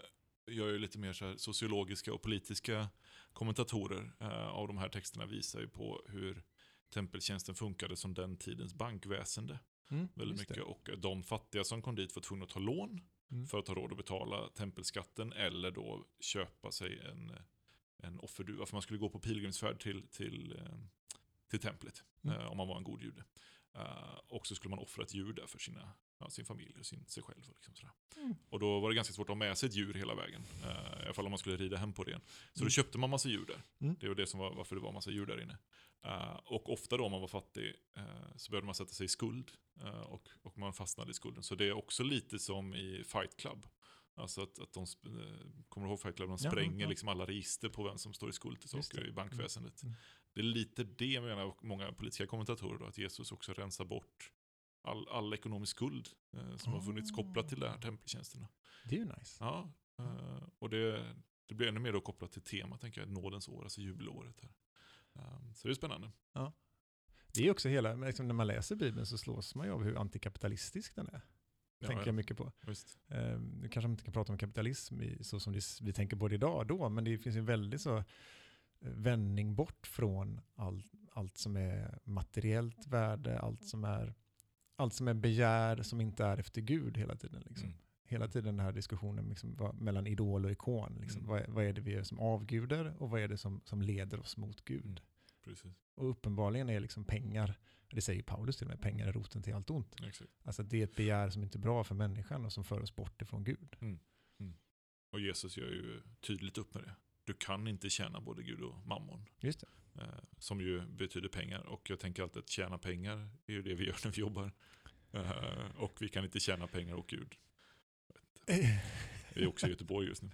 Speaker 2: gör ju lite mer så här sociologiska och politiska kommentatorer eh, av de här texterna visar ju på hur tempeltjänsten funkade som den tidens bankväsende. Mm, väldigt mycket. Och de fattiga som kom dit var tvungna att ta lån mm. för att ha råd att betala tempelskatten eller då köpa sig en, en offerduva för man skulle gå på pilgrimsfärd till, till, till templet mm. eh, om man var en god jude. Uh, och så skulle man offra ett djur där för sina, ja, sin familj och sin, sig själv. Och, liksom sådär. Mm. Och då var det ganska svårt att ha med sig ett djur hela vägen. Uh, I alla fall om man skulle rida hem på det. Så mm. då köpte man massa djur där. Mm. Det var det som var varför det var massa djur där inne. Uh, och ofta då om man var fattig uh, så behövde man sätta sig i skuld. Uh, och, och man fastnade i skulden. Så det är också lite som i Fight Club. Alltså att, att de, kommer du ihåg Fight Club? De spränger ja, ja. liksom alla register på vem som står i skuld till saker i bankväsendet. Mm. Det är lite det menar många politiska kommentatorer då, att Jesus också rensar bort all, all ekonomisk skuld eh, som oh. har funnits kopplat till de här tempeltjänsterna.
Speaker 1: Det är ju nice.
Speaker 2: Ja, eh, och det, det blir ännu mer då kopplat till tema, tänker jag, nådens år, alltså jubelåret här. Um, så det är spännande.
Speaker 1: Ja. Det är också hela, liksom när man läser Bibeln så slås man ju av hur antikapitalistisk den är. Ja, tänker ja. jag mycket på. Eh, nu kanske man inte kan prata om kapitalism i, så som det, vi tänker på det idag då, men det finns ju väldigt så vändning bort från all, allt som är materiellt värde, allt som är allt som är begär som inte är efter Gud hela tiden. Liksom. Mm. Hela tiden den här diskussionen liksom, vad, mellan idol och ikon. Liksom. Mm. Vad, vad är det vi gör som avgudar och vad är det som, som leder oss mot Gud? Mm.
Speaker 2: Precis.
Speaker 1: Och uppenbarligen är liksom pengar, det säger Paulus till och med, pengar är roten till allt ont.
Speaker 2: Exakt.
Speaker 1: Alltså det är ett begär som inte är bra för människan och som för oss bort ifrån Gud.
Speaker 2: Mm. Mm. Och Jesus gör ju tydligt upp med det. Du kan inte tjäna både Gud och mammon.
Speaker 1: Just det.
Speaker 2: Eh, som ju betyder pengar. Och jag tänker alltid att tjäna pengar är ju det vi gör när vi jobbar. Eh, och vi kan inte tjäna pengar och Gud. Vi är också i Göteborg just nu.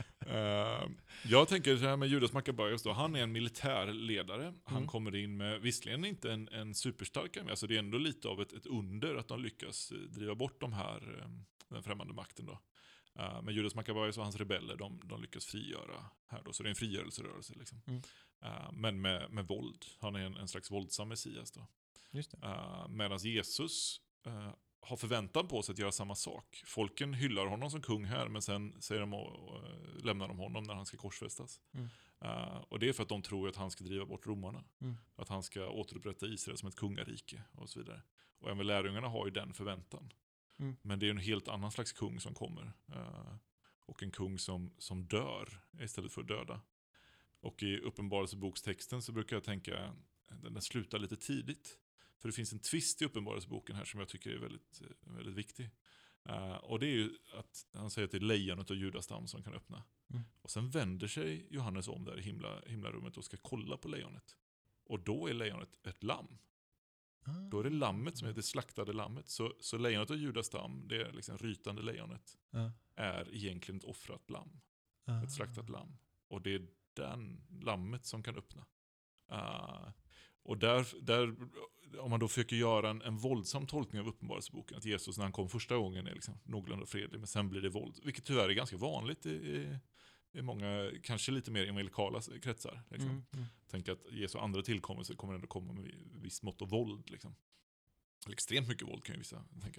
Speaker 2: Uh, jag tänker så här med Judas Maccabaios då. Han är en militärledare. Han mm. kommer in med, visserligen inte en, en superstark armé. Alltså det är ändå lite av ett, ett under att de lyckas driva bort de här, den främmande makten då. Uh, men Judas Maccabaios och hans rebeller, de, de lyckas frigöra här då. Så det är en frigörelserörelse liksom. Mm. Uh, men med, med våld. Han är en, en slags våldsam messias då.
Speaker 1: Just det.
Speaker 2: Uh, medan Jesus uh, har förväntan på sig att göra samma sak. Folken hyllar honom som kung här, men sen säger de och, och, lämnar de honom när han ska korsfästas. Mm. Uh, och det är för att de tror att han ska driva bort romarna. Mm. Att han ska återupprätta Israel som ett kungarike och så vidare. Och även lärjungarna har ju den förväntan. Mm. Men det är en helt annan slags kung som kommer. Uh, och en kung som, som dör istället för att döda. Och i Uppenbarelsebokstexten så brukar jag tänka den slutar lite tidigt. För det finns en twist i Uppenbarelseboken här som jag tycker är väldigt, väldigt viktig. Uh, och det är ju att han säger att det är lejonet och judastam som kan öppna. Mm. Och sen vänder sig Johannes om där i himla, himlarummet och ska kolla på lejonet. Och då är lejonet ett lamm. Ah. Då är det lammet som är det slaktade lammet. Så, så lejonet och judastam, det är liksom rytande lejonet, ah. är egentligen ett offrat lamm. Ah. Ett slaktat lamm. Och det är den lammet som kan öppna. Uh, och där, där, om man då försöker göra en, en våldsam tolkning av Uppenbarelseboken, att Jesus när han kom första gången är liksom någorlunda fredlig, men sen blir det våld, vilket tyvärr är ganska vanligt i, i, i många, kanske lite mer evangelikala kretsar. Liksom. Mm, mm. Tänk att Jesu andra tillkommelse kommer ändå komma med viss mått av våld. Liksom. Extremt mycket våld kan ju vissa tänka.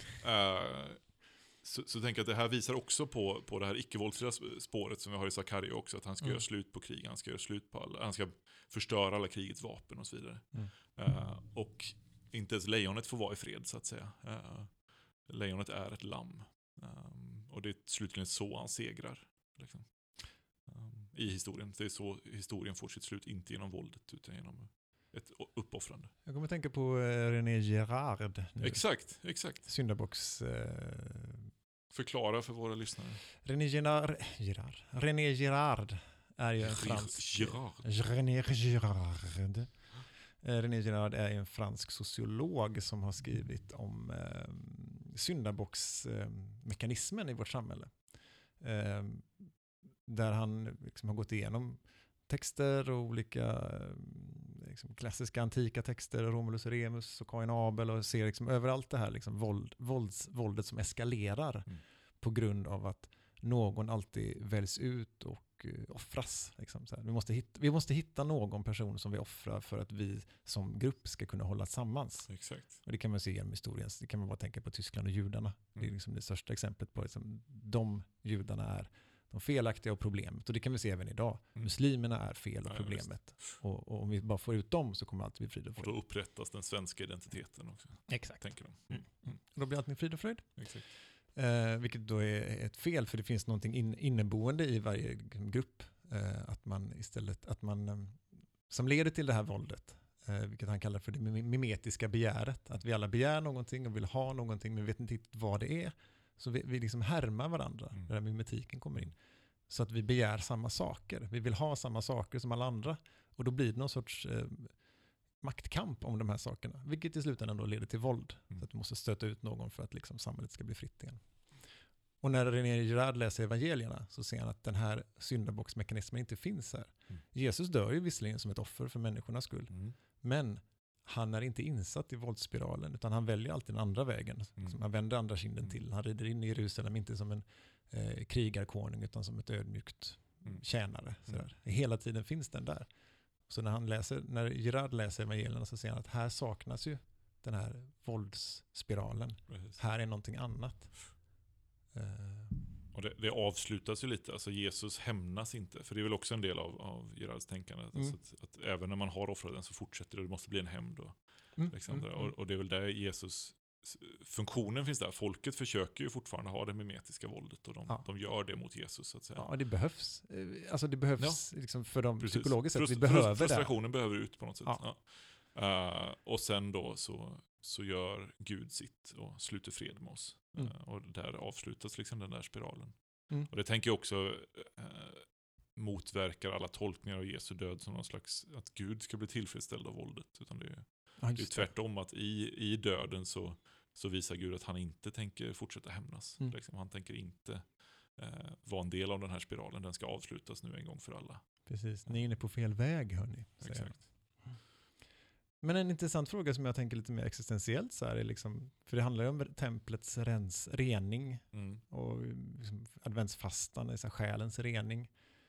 Speaker 2: Uh, Så, så tänk att det här visar också på, på det här icke-våldsliga spåret som vi har i Zakaria också, att han ska mm. göra slut på krig, han ska göra slut på alla, han ska förstöra alla krigets vapen och så vidare. Mm. Uh, och inte ens lejonet får vara i fred så att säga. Uh, lejonet är ett lamm. Um, och det är slutligen så han segrar. Liksom. Um, I historien. Det är så historien får sitt slut, inte genom våldet utan genom ett uppoffrande.
Speaker 1: Jag kommer att tänka på René Girard. Nu.
Speaker 2: Exakt, exakt.
Speaker 1: Syndabox eh,
Speaker 2: Förklara för våra lyssnare.
Speaker 1: René Girard, Girard, René Girard är ju en fransk...
Speaker 2: Girard.
Speaker 1: René Girard. Eh, René Girard är en fransk sociolog som har skrivit om eh, syndabocksmekanismen eh, i vårt samhälle. Eh, där han liksom har gått igenom texter och olika liksom, klassiska antika texter, Romulus och Remus och Kain och Abel, och ser liksom överallt det här liksom, våld, vålds, våldet som eskalerar mm. på grund av att någon alltid väljs ut och uh, offras. Liksom, så här. Vi, måste hitta, vi måste hitta någon person som vi offrar för att vi som grupp ska kunna hålla sammans.
Speaker 2: Exakt.
Speaker 1: Och det kan man se genom historien. Det kan man bara tänka på Tyskland och judarna. Mm. Det är liksom det största exemplet på liksom, de judarna är de felaktiga och problemet. Och det kan vi se även idag. Mm. Muslimerna är fel och problemet. Ja, och, och om vi bara får ut dem så kommer allt bli frid och fröjd.
Speaker 2: Och då upprättas den svenska identiteten också.
Speaker 1: Exakt.
Speaker 2: Tänker de.
Speaker 1: Mm. Mm. Och då blir allt med frid och fröjd.
Speaker 2: Exakt.
Speaker 1: Eh, vilket då är ett fel, för det finns någonting in, inneboende i varje grupp. Eh, att man istället, att man, eh, som leder till det här våldet. Eh, vilket han kallar för det mimetiska begäret. Att vi alla begär någonting och vill ha någonting, men vi vet inte riktigt vad det är. Så vi, vi liksom härmar varandra, mm. där mimetiken kommer in. Så att vi begär samma saker. Vi vill ha samma saker som alla andra. Och då blir det någon sorts eh, maktkamp om de här sakerna. Vilket i slutändan då leder till våld. Mm. Så att vi måste stöta ut någon för att liksom samhället ska bli fritt igen. Och när René Girard läser evangelierna så ser han att den här syndabocksmekanismen inte finns här. Mm. Jesus dör ju visserligen som ett offer för människornas skull. Mm. Men han är inte insatt i våldsspiralen, utan han väljer alltid den andra vägen. Mm. Han vänder andra kinden mm. till. Han rider in i Jerusalem inte som en eh, krigarkonung utan som ett ödmjukt mm. tjänare. Mm. Hela tiden finns den där. Så när han läser, när Girard läser evangelierna så ser han att här saknas ju den här våldsspiralen. Precis. Här är någonting annat. Uh.
Speaker 2: Och det, det avslutas ju lite, alltså Jesus hämnas inte, för det är väl också en del av, av Girards tänkande, mm. alltså att, att även när man har offrat den så fortsätter det, det måste bli en hämnd då. Mm. Liksom mm. och, och det är väl där Jesus, funktionen finns där, folket försöker ju fortfarande ha det mimetiska våldet och de, ja. de gör det mot Jesus så att säga.
Speaker 1: Ja, det behövs, alltså det behövs ja. liksom för dem psykologiskt sett,
Speaker 2: Frust,
Speaker 1: vi behöver
Speaker 2: frustrationen
Speaker 1: det.
Speaker 2: behöver ut på något sätt. Ja. Ja. Uh, och sen då så, så gör Gud sitt och sluter fred med oss. Mm. Uh, och där avslutas liksom den där spiralen. Mm. Och det tänker jag också uh, motverkar alla tolkningar av Jesu död som någon slags, att Gud ska bli tillfredsställd av våldet. Utan det är, ja, det är tvärtom, att i, i döden så, så visar Gud att han inte tänker fortsätta hämnas. Mm. Liksom, han tänker inte uh, vara en del av den här spiralen. Den ska avslutas nu en gång för alla.
Speaker 1: Precis, ni är inne på fel väg, hörni.
Speaker 2: Exakt.
Speaker 1: Men en intressant fråga som jag tänker lite mer existentiellt så här är liksom, för det handlar ju om templets rens, rening mm. och liksom adventsfastan, så här, själens rening.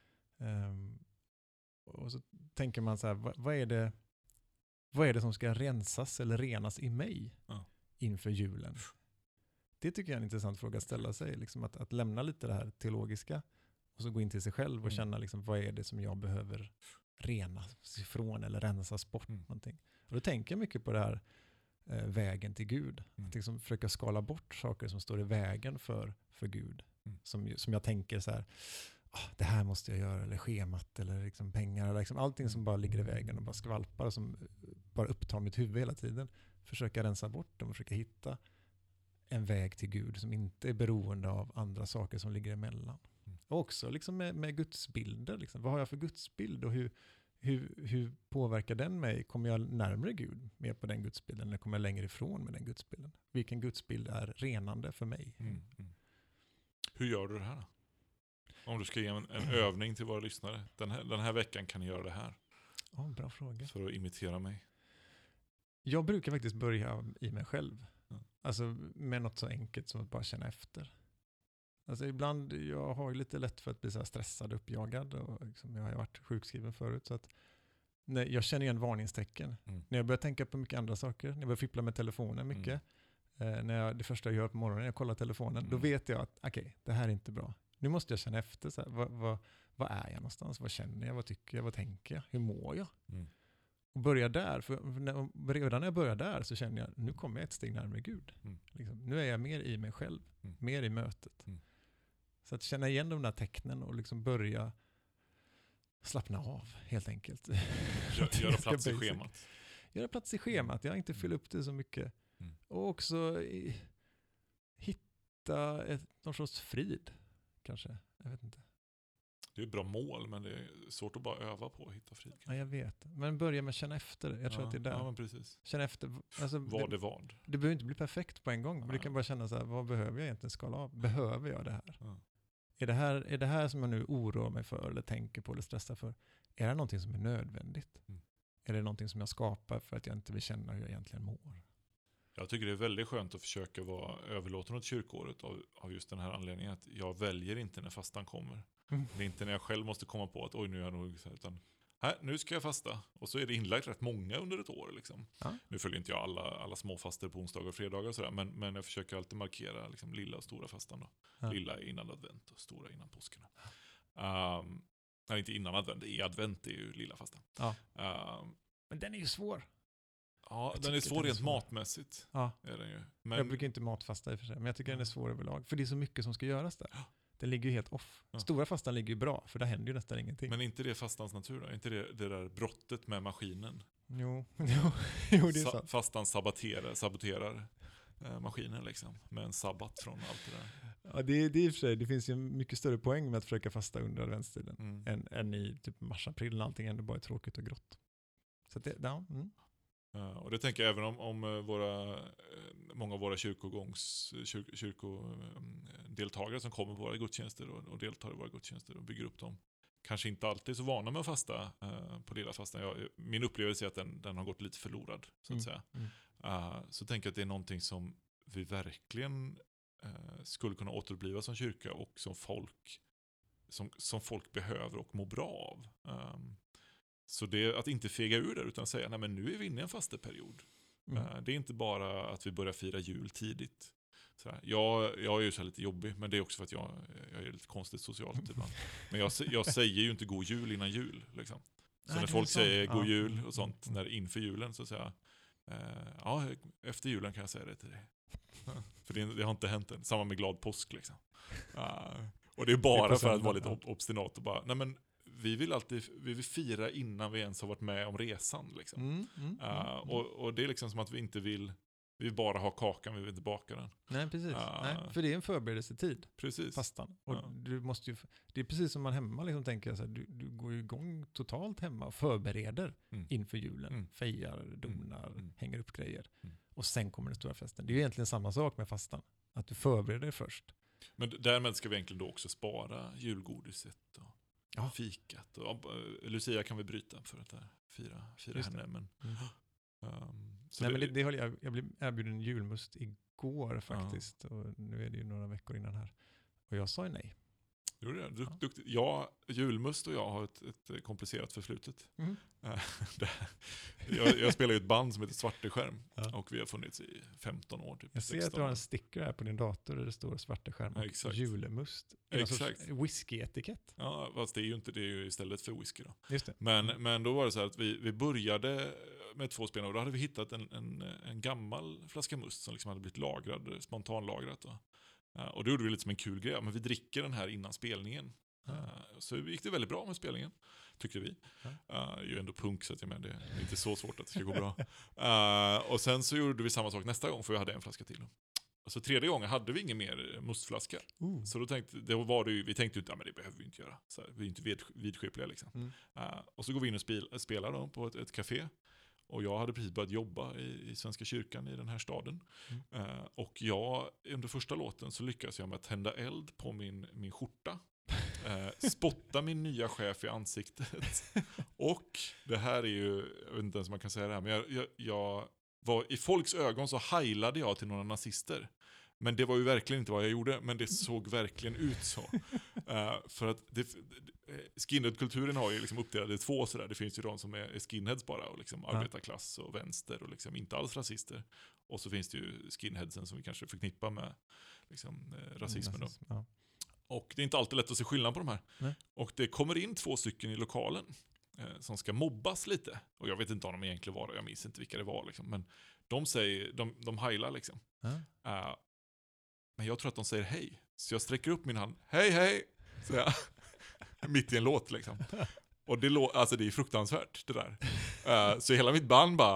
Speaker 1: Um, och så tänker man så här, vad, vad är det vad är det som ska rensas eller renas i mig ja. inför julen? Det tycker jag är en intressant fråga att ställa sig, liksom att, att lämna lite det här teologiska och så gå in till sig själv och mm. känna liksom, vad är det som jag behöver renas ifrån eller rensas bort mm. någonting. Och då tänker jag mycket på det här eh, vägen till Gud. Mm. Att liksom försöka skala bort saker som står i vägen för, för Gud. Mm. Som, som jag tänker så här, oh, det här måste jag göra, eller schemat, eller liksom pengar, eller liksom allting som bara ligger i vägen och bara skvalpar och som bara upptar mitt huvud hela tiden. Försöka rensa bort dem och försöka hitta en väg till Gud som inte är beroende av andra saker som ligger emellan. Mm. Och också liksom med, med gudsbilder. Liksom. Vad har jag för gudsbild och hur Hur, hur påverkar den mig? Kommer jag närmare Gud med på den gudsbilden eller kommer jag längre ifrån med den gudsbilden? Vilken gudsbild är renande för mig?
Speaker 2: Mm, mm. Hur gör du det här då? Om du ska ge en, en övning till våra lyssnare. Den här, den här veckan kan ni göra det här.
Speaker 1: Oh, bra fråga.
Speaker 2: För att imitera mig.
Speaker 1: Jag brukar faktiskt börja i mig själv.
Speaker 2: Mm.
Speaker 1: Alltså med något så enkelt som att bara känna efter. Alltså ibland, jag har ju lite lätt för att bli så här stressad och uppjagad och liksom, jag har varit sjukskriven förut så att när jag känner igen varningstecken. Mm. När jag börjar tänka på mycket andra saker, när jag börjar fippla med telefonen mycket, mm. eh, när jag, det första jag gör på morgonen när jag kollar telefonen, mm. då vet jag att okej, okay, det här är inte bra. Nu måste jag känna efter, så här, vad, vad, vad är jag någonstans? Vad känner jag? Vad tycker jag? Vad tänker jag? Hur mår jag? Mm. Och börja där, för när, redan när jag börjar där så känner jag, nu kommer jag ett steg närmare Gud. Mm. Liksom, nu är jag mer i mig själv, mm. mer i mötet. Mm. Så att känna igen de där tecknen och liksom börja slappna av helt enkelt.
Speaker 2: Gör, göra plats i schemat.
Speaker 1: Göra plats i schemat. Jag har inte fyllt upp det så mycket. Mm. Och också i, hit, hitta ett, någon sorts frid, kanske. Jag vet inte.
Speaker 2: Det är ett bra mål, men det är svårt att bara öva på att hitta frid.
Speaker 1: Ja, jag vet. Men börja med att känna efter det. Jag tror
Speaker 2: ja,
Speaker 1: att det är där.
Speaker 2: Ja, men precis.
Speaker 1: Känna efter. Alltså,
Speaker 2: vad
Speaker 1: det,
Speaker 2: är vad?
Speaker 1: det behöver inte bli perfekt på en gång. Men
Speaker 2: Nej.
Speaker 1: du kan bara känna så här, vad behöver jag egentligen skala av? Behöver jag det här?
Speaker 2: Ja.
Speaker 1: Är det här, är det här som jag nu oroar mig för eller tänker på eller stressar för? Är det någonting som är nödvändigt?
Speaker 2: Mm.
Speaker 1: Är det någonting som jag skapar för att jag inte vill känna hur jag egentligen mår?
Speaker 2: Jag tycker det är väldigt skönt att försöka vara överlåten åt kyrkåret av, av just den här anledningen att jag väljer inte när fastan kommer.
Speaker 1: Mm.
Speaker 2: Det är inte när jag själv måste komma på att oj, nu är jag nog så här, utan här, nu ska jag fasta. Och så är det inlagt rätt många under ett år. Liksom.
Speaker 1: Ja.
Speaker 2: Nu följer inte jag alla, alla små faster på onsdagar och fredagar och sådär, men, men jag försöker alltid markera liksom, lilla och stora fastan. Då.
Speaker 1: Ja.
Speaker 2: Lilla är innan advent och stora innan påsken. Um, nej, inte innan advent, det är advent, det är ju lilla fastan.
Speaker 1: Ja.
Speaker 2: Um,
Speaker 1: Men den är ju svår.
Speaker 2: ja,
Speaker 1: Jag
Speaker 2: den är
Speaker 1: tycker
Speaker 2: svår
Speaker 1: den är
Speaker 2: rent
Speaker 1: svår.
Speaker 2: matmässigt.
Speaker 1: Ja.
Speaker 2: Är den ju.
Speaker 1: Jag
Speaker 2: Men,
Speaker 1: brukar inte matfasta i och för sig, men jag tycker den är
Speaker 2: Mm.
Speaker 1: svår överlag. För det är så mycket som ska göras där. Den ligger ju helt off.
Speaker 2: Ja.
Speaker 1: Stora fastan ligger ju bra, för där händer ju nästan ingenting.
Speaker 2: men inte det fastans natur då? Inte det, det där brottet med maskinen?
Speaker 1: Jo, jo, jo, det är
Speaker 2: Sa-
Speaker 1: sant.
Speaker 2: fastan saboterar, saboterar eh, maskinen liksom. Med en sabbat från allt det där.
Speaker 1: Ja, det, det, är i och för sig, det finns ju en mycket större poäng med att försöka fasta under adventstiden.
Speaker 2: Mm.
Speaker 1: Än, än i typ mars-april när allting ändå bara är tråkigt och grått. Så att det, ja, mm.
Speaker 2: Uh, och det tänker jag även om, om uh, våra, uh, många av våra kyrkogångs kyr, kyrkodeltagare som kommer på våra gudstjänster och, och deltar i våra gudstjänster och bygger upp dem. Kanske inte alltid är så vana med att fasta uh, på lilla fastan. Jag, min upplevelse är att den, den har gått lite förlorad så att
Speaker 1: Mm.
Speaker 2: säga.
Speaker 1: Mm.
Speaker 2: Uh, så tänker jag att det är någonting som vi verkligen uh, skulle kunna återuppliva som kyrka och som folk, som, som folk behöver och mår bra av. Um, Så det är att inte fega ur där utan säga, nej men nu är vi inne i en fasteperiod.
Speaker 1: Mm.
Speaker 2: Uh, det är inte bara att vi börjar fira jul tidigt. Så här, jag, jag är ju så här lite jobbig, men det är också för att jag, jag är lite konstigt socialt ibland. Men jag, jag säger ju inte god jul innan jul. Liksom. Så
Speaker 1: Nej,
Speaker 2: när
Speaker 1: det är
Speaker 2: folk
Speaker 1: så.
Speaker 2: säger god
Speaker 1: Ja.
Speaker 2: jul och sånt,
Speaker 1: Mm.
Speaker 2: när inför julen så säger jag, uh, ja, efter julen kan jag säga det till dig. För det, det har inte hänt än. Samma med glad påsk liksom. Uh, och det är bara
Speaker 1: Det är på
Speaker 2: för att
Speaker 1: söndag,
Speaker 2: vara lite
Speaker 1: ja.
Speaker 2: ob- obstinat och bara, nej men vi vill alltid vi vill fira innan vi ens har varit med om resan liksom.
Speaker 1: Mm, mm,
Speaker 2: Uh,
Speaker 1: mm.
Speaker 2: och, och det är liksom som att vi inte vill vi vill bara ha kakan, vi vill inte baka den.
Speaker 1: Nej, precis.
Speaker 2: Ah.
Speaker 1: Nej, för det är en förberedelsetid,
Speaker 2: Precis.
Speaker 1: fastan. Och
Speaker 2: Ja.
Speaker 1: du måste ju, det är precis som man hemma liksom tänker jag så här, du, du går ju igång totalt hemma och förbereder
Speaker 2: Mm.
Speaker 1: inför julen.
Speaker 2: Mm.
Speaker 1: Fejar, donar,
Speaker 2: Mm.
Speaker 1: hänger upp grejer.
Speaker 2: Mm.
Speaker 1: Och sen kommer den stora festen. Det är ju egentligen samma sak med fastan. Att du förbereder dig först.
Speaker 2: Men d- därmed ska vi egentligen då också spara julgodiset och
Speaker 1: Ja.
Speaker 2: fikat. Och, uh, Lucia kan vi bryta för att där, fira, fira
Speaker 1: Just det.
Speaker 2: henne. Men,
Speaker 1: Mm.
Speaker 2: um, så
Speaker 1: Nej,
Speaker 2: det,
Speaker 1: men det, det håller jag, jag blev erbjuden julmust igår faktiskt. Och nu är det ju några veckor innan här. Och jag sa ju nej.
Speaker 2: gjorde det. Du,
Speaker 1: Ja.
Speaker 2: duktig. Jag, julmust och jag har ett, ett komplicerat förflutet.
Speaker 1: Mm.
Speaker 2: Eh, det- jag, jag spelar ju ett band som heter Svarteskärm.
Speaker 1: Ja.
Speaker 2: Och vi har funnits i femton år. Typ,
Speaker 1: Jag ser att
Speaker 2: sexton
Speaker 1: du har
Speaker 2: år.
Speaker 1: en sticker här på din dator där det står svarta skärm
Speaker 2: Ja,
Speaker 1: och
Speaker 2: exakt.
Speaker 1: julmust. I någon sorts
Speaker 2: Exakt.
Speaker 1: whisky-etikett.
Speaker 2: Ja, fast det är ju inte det, är ju istället för whisky då.
Speaker 1: Just det.
Speaker 2: Men,
Speaker 1: Mm.
Speaker 2: men då var det så här att vi, vi började med två spelare och då hade vi hittat en, en, en gammal flaska must som liksom hade blivit lagrad, spontanlagrat då. Eh, och då gjorde vi lite som en kul grej, men vi dricker den här innan spelningen.
Speaker 1: Ja.
Speaker 2: Eh, så gick det väldigt bra med spelningen, tyckte vi.
Speaker 1: Ja.
Speaker 2: Uh, jag är ju ändå punk så att jag menar, det är inte så svårt att det ska gå bra. Eh, och sen så gjorde vi samma sak nästa gång för vi hade en flaska till. Och så tredje gången hade vi ingen mer mustflaska.
Speaker 1: Ooh.
Speaker 2: Så då tänkte, det var det ju, vi tänkte ju inte, ja men det behöver vi inte göra. Så här, vi är inte vid, vidskipliga liksom.
Speaker 1: Mm.
Speaker 2: Uh, och så går vi in och spel, spelar då på ett, ett café. Och jag hade precis börjat jobba i, i Svenska kyrkan i den här staden.
Speaker 1: Mm.
Speaker 2: Uh, och jag, under första låten så lyckas jag med att tända eld på min, min skjorta. Uh, spotta min nya chef i ansiktet. Och det här är ju, jag vet inte ens om man kan säga det här, men jag, jag, jag var, i folks ögon så heilade jag till några nazister. Men det var ju verkligen inte vad jag gjorde, men det såg verkligen ut så. Uh, för att det, skinhead-kulturen har ju liksom uppdelat i två sådär. Det finns ju de som är skinheads bara och liksom
Speaker 1: Ja.
Speaker 2: arbetarklass och vänster och liksom inte alls rasister. Och så finns det ju skinheadsen som vi kanske förknippar med liksom, eh, rasismen då.
Speaker 1: Nazism, ja.
Speaker 2: Och det är inte alltid lätt att se skillnad på de här.
Speaker 1: Nej.
Speaker 2: Och det kommer in två stycken i lokalen eh, som ska mobbas lite. Och jag vet inte om de egentligen var det, jag minns inte vilka det var. Liksom. Men de säger, de, de heilar liksom.
Speaker 1: Ja.
Speaker 2: Uh, men jag tror att de säger hej. Så jag sträcker upp min hand. Hej, hej! Så jag, mitt i en låt liksom. Och det, lå- alltså, det är fruktansvärt det där. Uh, så hela mitt band bara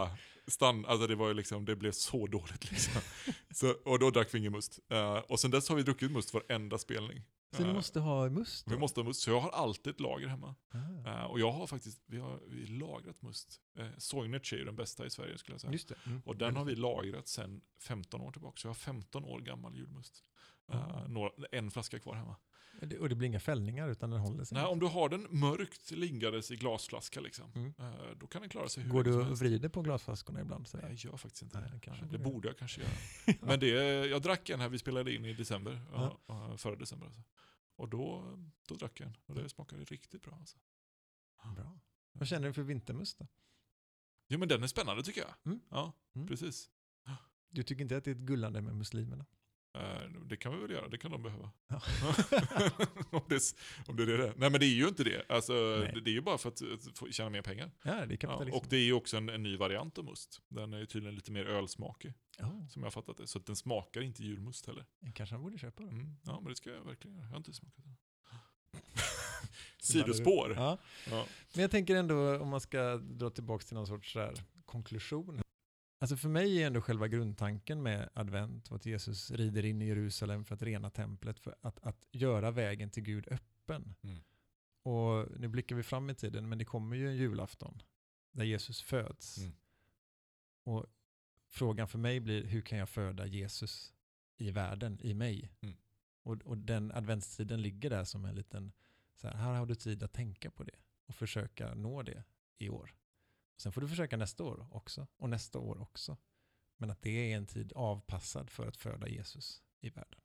Speaker 2: stann, alltså det var ju liksom, det blev så dåligt liksom. Så, och då drack vi ingen must. Uh, och sen dess har vi druckit must varenda spelning.
Speaker 1: Så ni måste ha must då?
Speaker 2: Vi måste ha must, så jag har alltid ett lager hemma.
Speaker 1: Ah.
Speaker 2: Uh, och jag har faktiskt, vi har vi lagrat must. Uh, Soinertz är ju den bästa i Sverige skulle jag säga.
Speaker 1: Just det. Mm.
Speaker 2: Och den har vi lagrat sedan femton år tillbaka. Så jag har femton år gammal julmust. Uh,
Speaker 1: Mm.
Speaker 2: några, en flaska kvar hemma.
Speaker 1: Och det blir inga fällningar utan den håller sig?
Speaker 2: Nej, om du har den mörkt liggades i glasflaska liksom,
Speaker 1: Mm.
Speaker 2: uh, då kan den klara sig hur
Speaker 1: Går
Speaker 2: länge som
Speaker 1: du och
Speaker 2: helst.
Speaker 1: vrider på glasflaskorna ibland? Så
Speaker 2: Nej, jag gör faktiskt inte
Speaker 1: Nej,
Speaker 2: det.
Speaker 1: det kanske
Speaker 2: Det
Speaker 1: borde
Speaker 2: borde jag kanske göra. Men det, jag drack en här, vi spelade in i december,
Speaker 1: Ja.
Speaker 2: ja. förra december alltså. Och då, då drack jag en. Och det smakade riktigt bra alltså.
Speaker 1: Bra. Vad känner du för vintermust då?
Speaker 2: Jo, men den är spännande tycker jag.
Speaker 1: Mm.
Speaker 2: Ja,
Speaker 1: Mm.
Speaker 2: precis.
Speaker 1: Du tycker inte att det är ett gullande med muslimerna?
Speaker 2: Eh, Det kan vi väl göra, det kan de behöva.
Speaker 1: Ja.
Speaker 2: om, det, om det är det. Nej, men det är ju inte det. Alltså,
Speaker 1: Nej.
Speaker 2: det, det är ju bara för att, att få tjäna mer pengar.
Speaker 1: Ja, det är
Speaker 2: Ja,
Speaker 1: kapitalism.
Speaker 2: och det är ju också en, en ny variant av must. Den är ju tydligen lite mer ölsmakig,
Speaker 1: Oh,
Speaker 2: som jag har fattat det. Så att den smakar inte julmust heller.
Speaker 1: kanske han borde köpa då.
Speaker 2: Mm. Ja, men det ska jag verkligen göra. Jag har inte smakat den. Sidospår.
Speaker 1: Ja.
Speaker 2: Ja.
Speaker 1: Men jag tänker ändå om man ska dra tillbaka till någon sorts så här konklusion. Alltså för mig är ändå själva grundtanken med advent och att Jesus rider in i Jerusalem för att rena templet, för att, att göra vägen till Gud öppen.
Speaker 2: Mm.
Speaker 1: Och nu blickar vi fram i tiden, men det kommer ju en julafton där Jesus föds.
Speaker 2: Mm.
Speaker 1: Och frågan för mig blir, hur kan jag föda Jesus i världen, i mig?
Speaker 2: Mm.
Speaker 1: Och, och den adventstiden ligger där som en liten, så här, här har du tid att tänka på det och försöka nå det i år. Sen får du försöka nästa år också och nästa år också. Men att det är en tid avpassad för att föda Jesus i världen.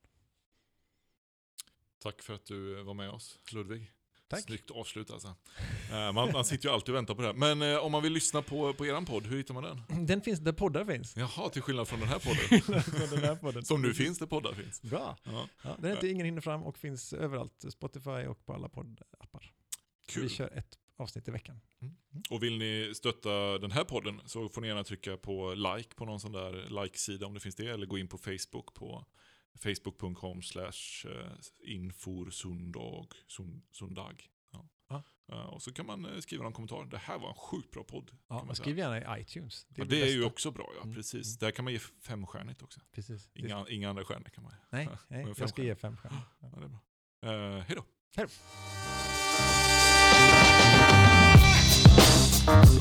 Speaker 2: Tack för att du var med oss, Ludvig.
Speaker 1: Tack.
Speaker 2: Snyggt avslut alltså. Eh, man, man sitter ju alltid och väntar på det här. Men eh, om man vill lyssna på, på eran podd, hur hittar man den?
Speaker 1: Den finns där poddar finns.
Speaker 2: Jaha, till skillnad från den här podden.
Speaker 1: Från den här podden.
Speaker 2: Som nu finns det poddar finns.
Speaker 1: Bra.
Speaker 2: Ja.
Speaker 1: Ja, den heter Ingen hinner fram och finns överallt. Spotify och på alla poddappar.
Speaker 2: Kul.
Speaker 1: Vi kör ett avsnitt i veckan.
Speaker 2: Och vill ni stötta den här podden så får ni gärna trycka på like på någon sån där like-sida om det finns det. Eller gå in på Facebook på facebook punkt com slash inforsundag. Sundag. Ja.
Speaker 1: Ja.
Speaker 2: Uh, och så kan man uh, skriva någon kommentar. Det här var en sjukt bra podd. kan
Speaker 1: Ja,
Speaker 2: man
Speaker 1: och
Speaker 2: säga.
Speaker 1: skriv gärna i iTunes.
Speaker 2: Det, ja,
Speaker 1: det
Speaker 2: det är ju
Speaker 1: bästa.
Speaker 2: också bra, ja.
Speaker 1: Mm.
Speaker 2: Precis.
Speaker 1: Mm.
Speaker 2: Där kan man ge femstjärnigt också.
Speaker 1: Precis.
Speaker 2: Inga, inga andra stjärnor kan man ge.
Speaker 1: Nej,
Speaker 2: Ja,
Speaker 1: nej
Speaker 2: men fem
Speaker 1: jag ska ge
Speaker 2: stjärnor.
Speaker 1: fem stjärnor. Ja.
Speaker 2: Ja, det är bra. Uh, hej då.
Speaker 1: Hej då.